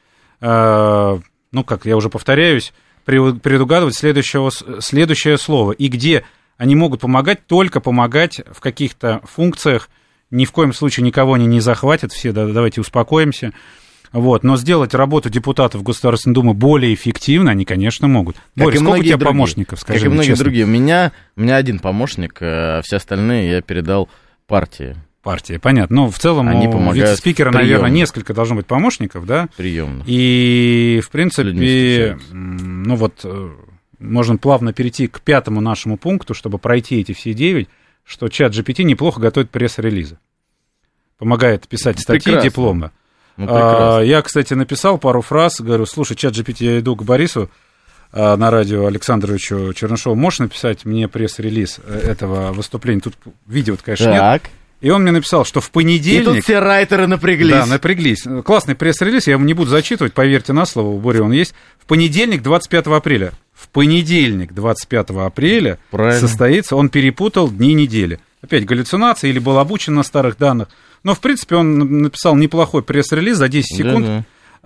э, ну, как я уже повторяюсь, предугадывать следующего, следующее слово, и где они могут помогать, только помогать в каких-то функциях, ни в коем случае никого они не захватят, все, да, давайте успокоимся, вот, но сделать работу депутатов Государственной Думы более эффективно они, конечно, могут. Как Борис, сколько у тебя другие, помощников, скажи как мне и многие честно? другие. У меня, у меня один помощник, а все остальные я передал партии. Партия, понятно. Но в целом Они у вице-спикера, наверное, несколько должно быть помощников, да? Приемных. И, в принципе, ну вот, можно плавно перейти к пятому нашему пункту, чтобы пройти эти все девять, что чат джи пи ти неплохо готовит пресс-релизы. Помогает писать статьи, прекрасно. Дипломы. Ну, а, я, кстати, написал пару фраз, говорю, слушай, чат джи пи ти, я иду к Борису а, на радио Александровичу Чернышову, можешь написать мне пресс-релиз этого выступления? Тут видео, конечно, так. Нет. И он мне написал, что в понедельник... И тут все райтеры напряглись. Да, напряглись. Классный пресс-релиз, я его не буду зачитывать, поверьте на слово, у Бори он есть. В понедельник, двадцать пятого апреля. В понедельник, двадцать пятого апреля Правильно. Состоится, он перепутал дни недели. Опять галлюцинации или был обучен на старых данных. Но, в принципе, он написал неплохой пресс-релиз за десять секунд. Да, да.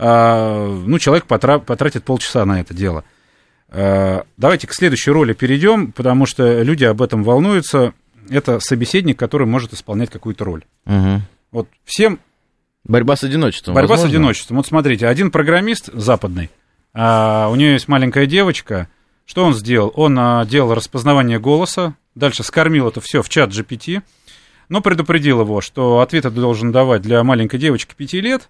А, ну, человек потра- потратит полчаса на это дело. А, давайте к следующей роли перейдем, потому что люди об этом волнуются. Это собеседник, который может исполнять какую-то роль. Угу. Вот всем... Борьба с одиночеством. Борьба возможно? с одиночеством. Вот смотрите, один программист западный, а, у него есть маленькая девочка. Что он сделал? Он а, делал распознавание голоса, дальше скормил это все в чат джи пи ти, но предупредил его, что ответы должен давать для маленькой девочки пяти лет.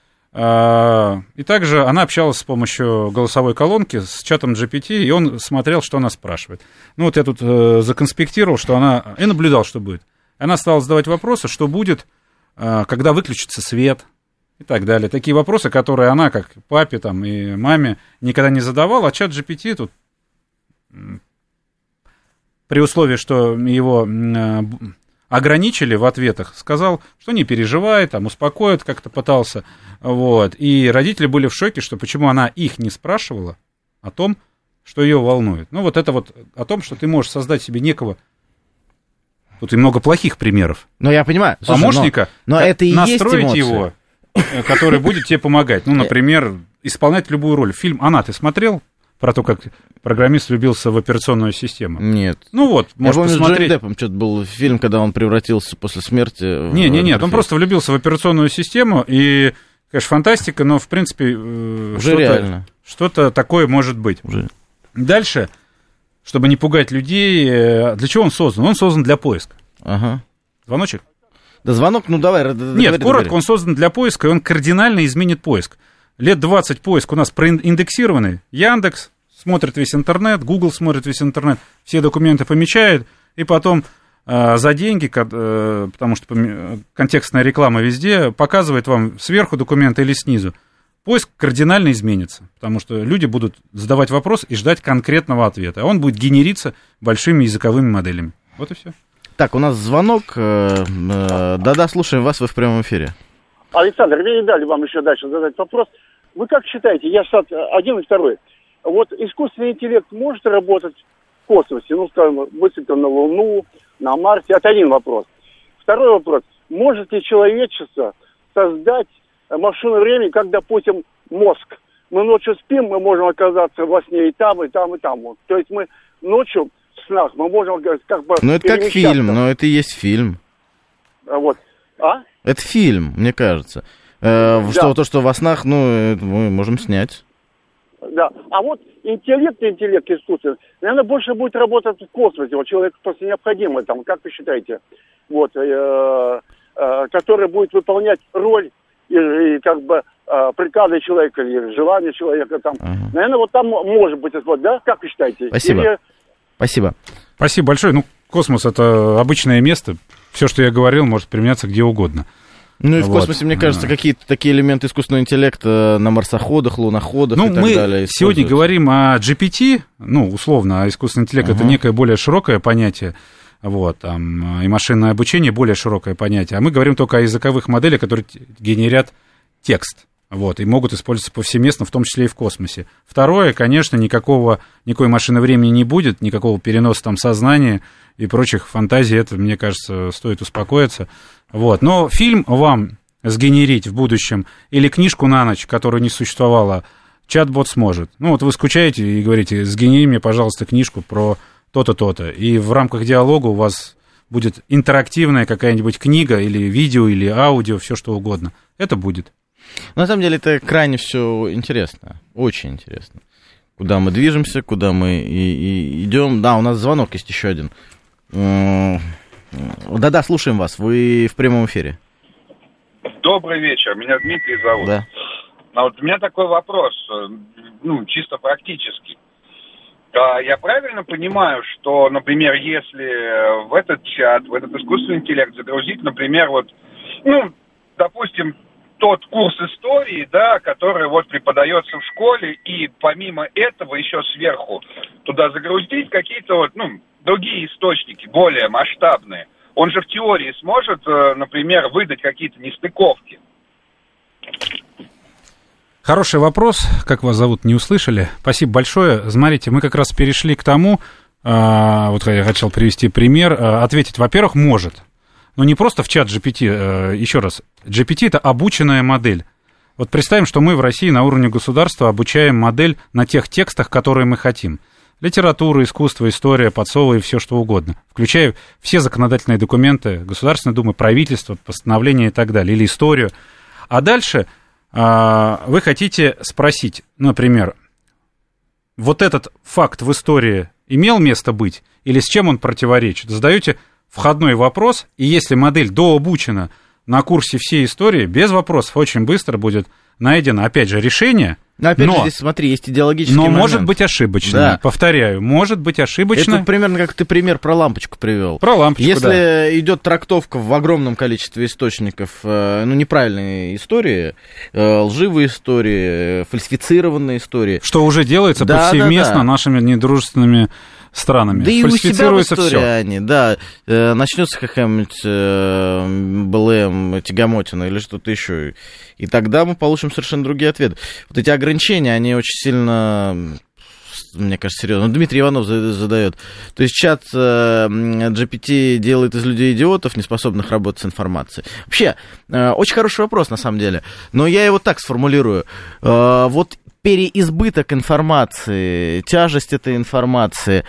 А, и также она общалась с помощью голосовой колонки с чатом джи пи ти, и он смотрел, что она спрашивает. Ну вот я тут э, законспектировал, что она... И наблюдал, что будет. Она стала задавать вопросы, что будет, э, когда выключится свет и так далее. Такие вопросы, которые она, как папе там, и маме, никогда не задавала, а чат джи пи ти тут, при условии, что его... Э, ограничили в ответах, сказал, что не переживай, там, успокоит, как-то пытался, вот, и родители были в шоке, что почему она их не спрашивала о том, что ее волнует. Ну, вот это вот о том, что ты можешь создать себе некого, тут и много плохих примеров. Ну, я понимаю. Слушай, помощника, но, но это и настроить есть его, который будет тебе помогать. Ну, например, исполнять любую роль. Фильм «Она» ты смотрел? Про то, как программист влюбился в операционную систему. Нет. Ну вот, может посмотреть. Я помню, с Джонни Деппом что-то был фильм, когда он превратился после смерти... Не, не, нет, он просто влюбился в операционную систему, и, конечно, фантастика, но, в принципе, уже что-то, реально. Что-то такое может быть. Уже. Дальше, чтобы не пугать людей, для чего он создан? Он создан для поиска. Ага. Звоночек? Да звонок, ну давай. Нет, договори, коротко, договори. Он создан для поиска, и он кардинально изменит поиск. Лет двадцать поиск у нас проиндексированный. Яндекс смотрит весь интернет, Google смотрит весь интернет, все документы помечает, и потом э, за деньги, э, потому что контекстная реклама везде, показывает вам сверху документы или снизу. Поиск кардинально изменится, потому что люди будут задавать вопрос и ждать конкретного ответа, а он будет генериться большими языковыми моделями. Вот и все. Так, у нас звонок. Да-да, слушаем вас, вы в прямом эфире. Александр, мне не дали вам еще дальше задать вопрос. Вы как считаете, я сад один и второй, вот искусственный интеллект может работать в космосе, ну, скажем, высадка на Луну, на Марсе, это один вопрос. Второй вопрос, может ли человечество создать машину времени, как, допустим, мозг? Мы ночью спим, мы можем оказаться во сне и там, и там, и там. Вот. То есть мы ночью в снах, мы можем как бы... Ну, это как фильм, но это и есть фильм. Вот. А? Это фильм, мне кажется. Э, да. Что то, что во снах, ну, мы можем снять. Да. А вот интеллект, интеллект искусственный, наверное, больше будет работать в космосе. Вот человеку просто необходимо, там, как вы считаете, вот, э, э, который будет выполнять роль и, и как бы э, приказы человека или желания человека там. Uh-huh. Наверное, вот там может быть, да? Как вы считаете? Спасибо. Или... Спасибо. Спасибо большое. Ну, космос — это обычное место. Все, что я говорил, может применяться где угодно. Ну и в вот. космосе, мне кажется, какие-то такие элементы искусственного интеллекта на марсоходах, луноходах ну, и так мы далее. Сегодня говорим о джи пи ти, ну, условно, а искусственный интеллект uh-huh. это некое более широкое понятие, вот, там, и машинное обучение более широкое понятие, а мы говорим только о языковых моделях, которые генерят текст, вот, и могут использоваться повсеместно, в том числе и в космосе. Второе, конечно, никакого, никакой машины времени не будет, никакого переноса там сознания и прочих фантазий, это, мне кажется, стоит успокоиться. Вот. Но фильм вам сгенерить в будущем или книжку на ночь, которую не существовало, чат-бот сможет. Ну, вот вы скучаете и говорите, сгенери мне, пожалуйста, книжку про то-то, то-то. И в рамках диалога у вас будет интерактивная какая-нибудь книга или видео, или аудио, все что угодно. Это будет. На самом деле это крайне все интересно, очень интересно. Куда мы движемся, куда мы и, и идем. Да, у нас звонок есть еще один. Да-да, слушаем вас. Вы в прямом эфире. Добрый вечер. Меня Дмитрий зовут. Да. А вот у меня такой вопрос, ну, чисто практический. Я правильно понимаю, что, например, если в этот чат, в этот искусственный интеллект загрузить, например, вот, ну, допустим, тот курс истории, да, который вот преподается в школе, и помимо этого еще сверху туда загрузить какие-то вот, ну, другие источники, более масштабные, он же в теории сможет, например, выдать какие-то нестыковки. Хороший вопрос. Как вас зовут, не услышали. Спасибо большое. Смотрите, мы как раз перешли к тому, вот я хотел привести пример, ответить, во-первых, может. Но не просто в чат джи пи ти, еще раз, джи пи ти — это обученная модель. Вот представим, что мы в России на уровне государства обучаем модель на тех текстах, которые мы хотим. Литература, искусство, история, подсовы и все что угодно, включая все законодательные документы Государственной Думы, правительства, постановления и так далее, или историю. А дальше а, вы хотите спросить, например, вот этот факт в истории имел место быть, или с чем он противоречит? Задаете входной вопрос, и если модель дообучена на курсе всей истории, без вопросов очень быстро будет найдено, опять же, решение. Но опять но, же, здесь, смотри, есть идеологический но момент. может быть ошибочно, да. Повторяю, может быть ошибочно. Это примерно как ты пример про лампочку привел. Про лампочку, Если да. идет трактовка в огромном количестве источников, ну, неправильные истории, лживые истории, фальсифицированные истории. Что уже делается да, повсеместно да, да. нашими недружественными странами. Да и у себя в истории всё. они, да, э, начнется какая-нибудь э, БЛМ, тягомотина или что-то еще, и тогда мы получим совершенно другие ответы. Вот эти ограничения, они очень сильно, мне кажется, серьезно. Ну, Дмитрий Иванов задает. То есть чат э, джи пи ти делает из людей идиотов, неспособных работать с информацией. Вообще, э, очень хороший вопрос, на самом деле, но я его так сформулирую. Э, вот переизбыток информации, тяжесть этой информации,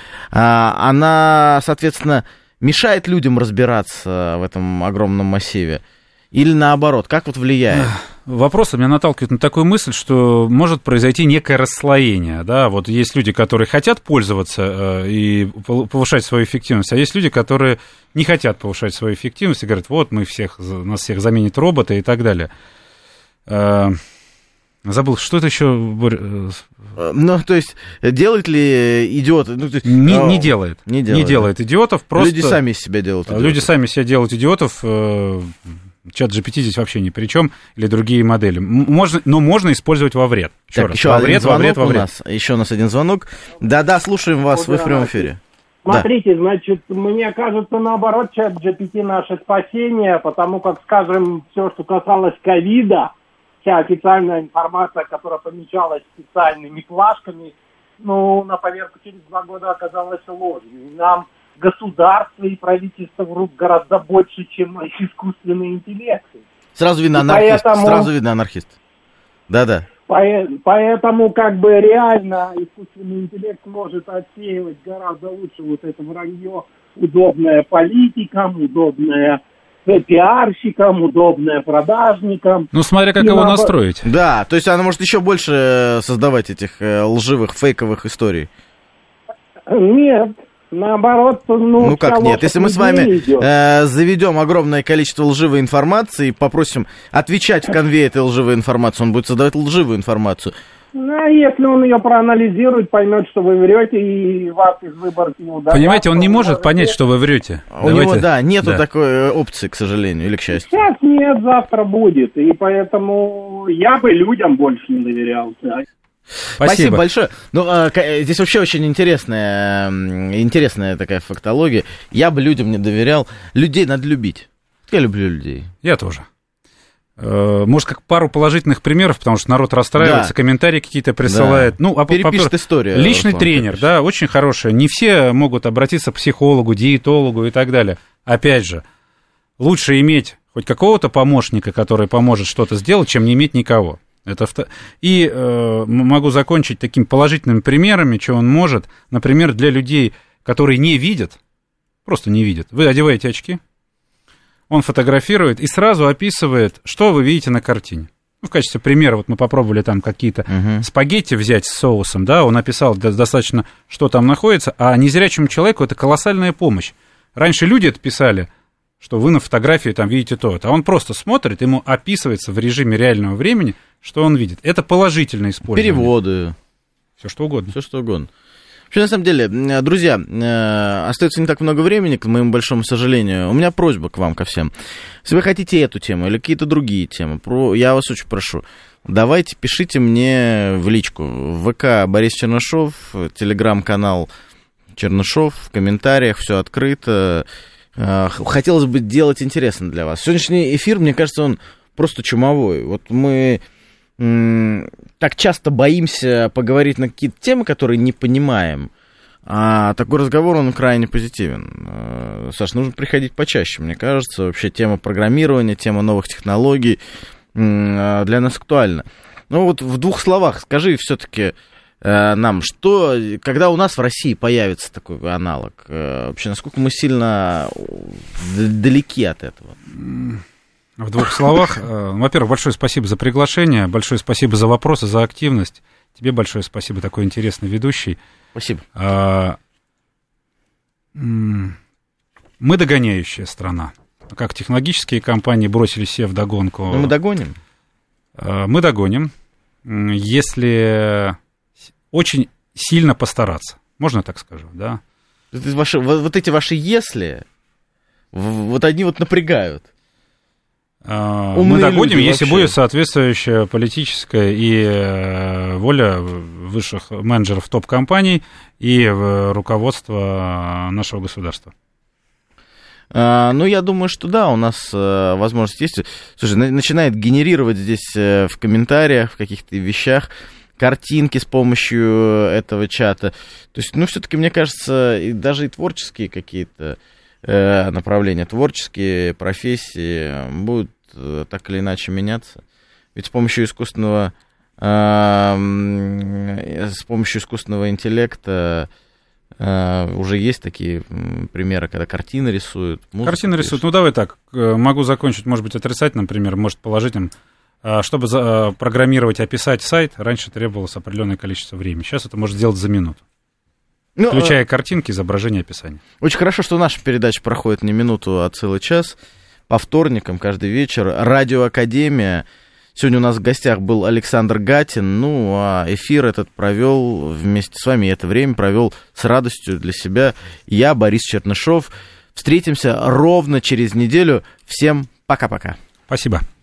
она, соответственно, мешает людям разбираться в этом огромном массиве? Или наоборот, как вот влияет? Вопрос меня наталкивает на такую мысль, что может произойти некое расслоение. Да? Вот есть люди, которые хотят пользоваться и повышать свою эффективность, а есть люди, которые не хотят повышать свою эффективность и говорят, вот мы всех, нас всех заменят роботы и так далее. Забыл, что это еще? Ну, то есть, делает ли идиот? Ну, есть, не, не делает. Не делает. Не делает идиотов. Просто... Люди сами из себя делают идиотов. Люди сами из себя делают идиотов. Чат джи пи ти здесь вообще ни при чем. Или другие модели. Можно, но можно использовать во вред. Еще так, раз. Еще во один вред, звонок во вред, во вред. У нас. Еще у нас один звонок. Да-да, слушаем вас. Вы в прямом эфире. Смотрите, да. Значит, мне кажется, наоборот, чат джи пи ти наше спасение, потому как, скажем, все, что касалось ковида, вся официальная информация, которая помечалась специальными плашками, ну, на поверку через два года оказалась ложью. И нам государство и правительство врут гораздо больше, чем искусственные интеллекты. Сразу видно анархист. Поэтому... Сразу видно анархист. Да-да. Поэтому, как бы, реально искусственный интеллект может отсеивать гораздо лучше вот это вранье, удобное политикам, удобное пиарщикам, удобное продажникам. Ну, смотря как И его наоборот- настроить. Да, то есть она может еще больше создавать этих э, лживых, фейковых историй. Нет, наоборот, ну... Ну как вся нет? ложь Если от мы с людей вами идет. э, заведем огромное количество лживой информации и попросим отвечать в конве этой лживой информации, он будет создавать лживую информацию. Ну, а если он ее проанализирует, поймет, что вы врете, и вас из выборки не удалят... Понимаете, он не то может вы понять, можете- что вы врете. У него, да, нету такой э, опции, к сожалению, или к счастью. Сейчас нет, завтра будет, и поэтому я бы людям больше не доверял. Да. Спасибо. большое. Ну, а, к- здесь вообще очень интересная, м, интересная такая фактология. Я бы людям не доверял. Людей надо любить. Я люблю людей. Я тоже. Э, Может, как пару положительных примеров, потому что народ расстраивается, Да. комментарии какие-то присылает. Да. Ну, а по- Перепишет по- историю, Личный Руслан, тренер, перепишет. да, очень хороший. Не все могут обратиться к психологу, диетологу и так далее. Опять же, лучше иметь хоть какого-то помощника, который поможет что-то сделать, чем не иметь никого. Это вто- И э, м- могу закончить такими положительными примерами, что он может. Например, для людей, которые не видят, просто не видят. Вы одеваете очки, он фотографирует и сразу описывает, что вы видите на картине. Ну, в качестве примера, вот мы попробовали там какие-то Мгм. спагетти взять с соусом, да, он описал до- достаточно, что там находится, а незрячему человеку это колоссальная помощь. Раньше люди это писали, что вы на фотографии там видите то, а он просто смотрит, ему описывается в режиме реального времени, что он видит. Это положительное использование. Переводы. Все что угодно. Все что угодно. Вообще, на самом деле, э, друзья, э, остается не так много времени, к моему большому сожалению. У меня просьба к вам, ко всем. Если вы хотите эту тему или какие-то другие темы, про... я вас очень прошу, давайте пишите мне в личку. В ВК Борис Чернышов, телеграм-канал Чернышов, в комментариях все открыто. Э, Хотелось бы делать интересно для вас. Сегодняшний эфир, мне кажется, он просто чумовой. Вот мы... м, так часто боимся поговорить на какие-то темы, которые не понимаем, а такой разговор, он крайне позитивен. Э, Саш, нужно приходить почаще, мне кажется. Вообще тема программирования, тема новых технологий м, э, для нас актуальна. Ну вот в двух словах скажи все-таки э, нам, что, когда у нас в России появится такой аналог, э, вообще насколько мы сильно д- далеки от этого? В двух словах. э, Во-первых, большое спасибо за приглашение, большое спасибо за вопросы, за активность. Тебе большое спасибо, такой интересный ведущий. Спасибо. А, м, Мы догоняющая страна. Как технологические компании бросились все вдогонку. Ну, мы догоним. А, Мы догоним, м, если очень сильно постараться. Можно так скажу, да? Вот эти ваши, вот, вот эти ваши «если», в- вот они вот напрягают. А, Умные Мы догоним, люди если вообще. будет соответствующая политическая и э, воля высших менеджеров топ-компаний и э, руководства нашего государства. А, ну, я думаю, что да, у нас э, возможность есть. Слушай, на- начинает генерировать здесь э, в комментариях, в каких-то вещах картинки с помощью этого чата. То есть, ну, все-таки, мне кажется, и даже и творческие какие-то э, направления, творческие профессии будут э, так или иначе меняться. Ведь с помощью искусственного, э, м, с помощью искусственного интеллекта э, уже есть такие м, примеры, когда картины рисуют. музыку Картины пишут. рисуют. Ну, давай так. э, Могу закончить, может быть, отрицательным примером, может, положительным. А, Чтобы за- программировать, описать сайт, раньше требовалось определенное количество времени. Сейчас это может сделать за минуту. Ну, Включая картинки, изображения, описание. очень хорошо, что наша передача проходит не минуту, а целый час. По вторникам, каждый вечер. Радио Академия. Сегодня у нас в гостях был Александр Гатин. Ну, а эфир этот провел вместе с вами. И это время провел с радостью для себя я, Борис Чернышов. Встретимся ровно через неделю. Всем пока-пока. Спасибо.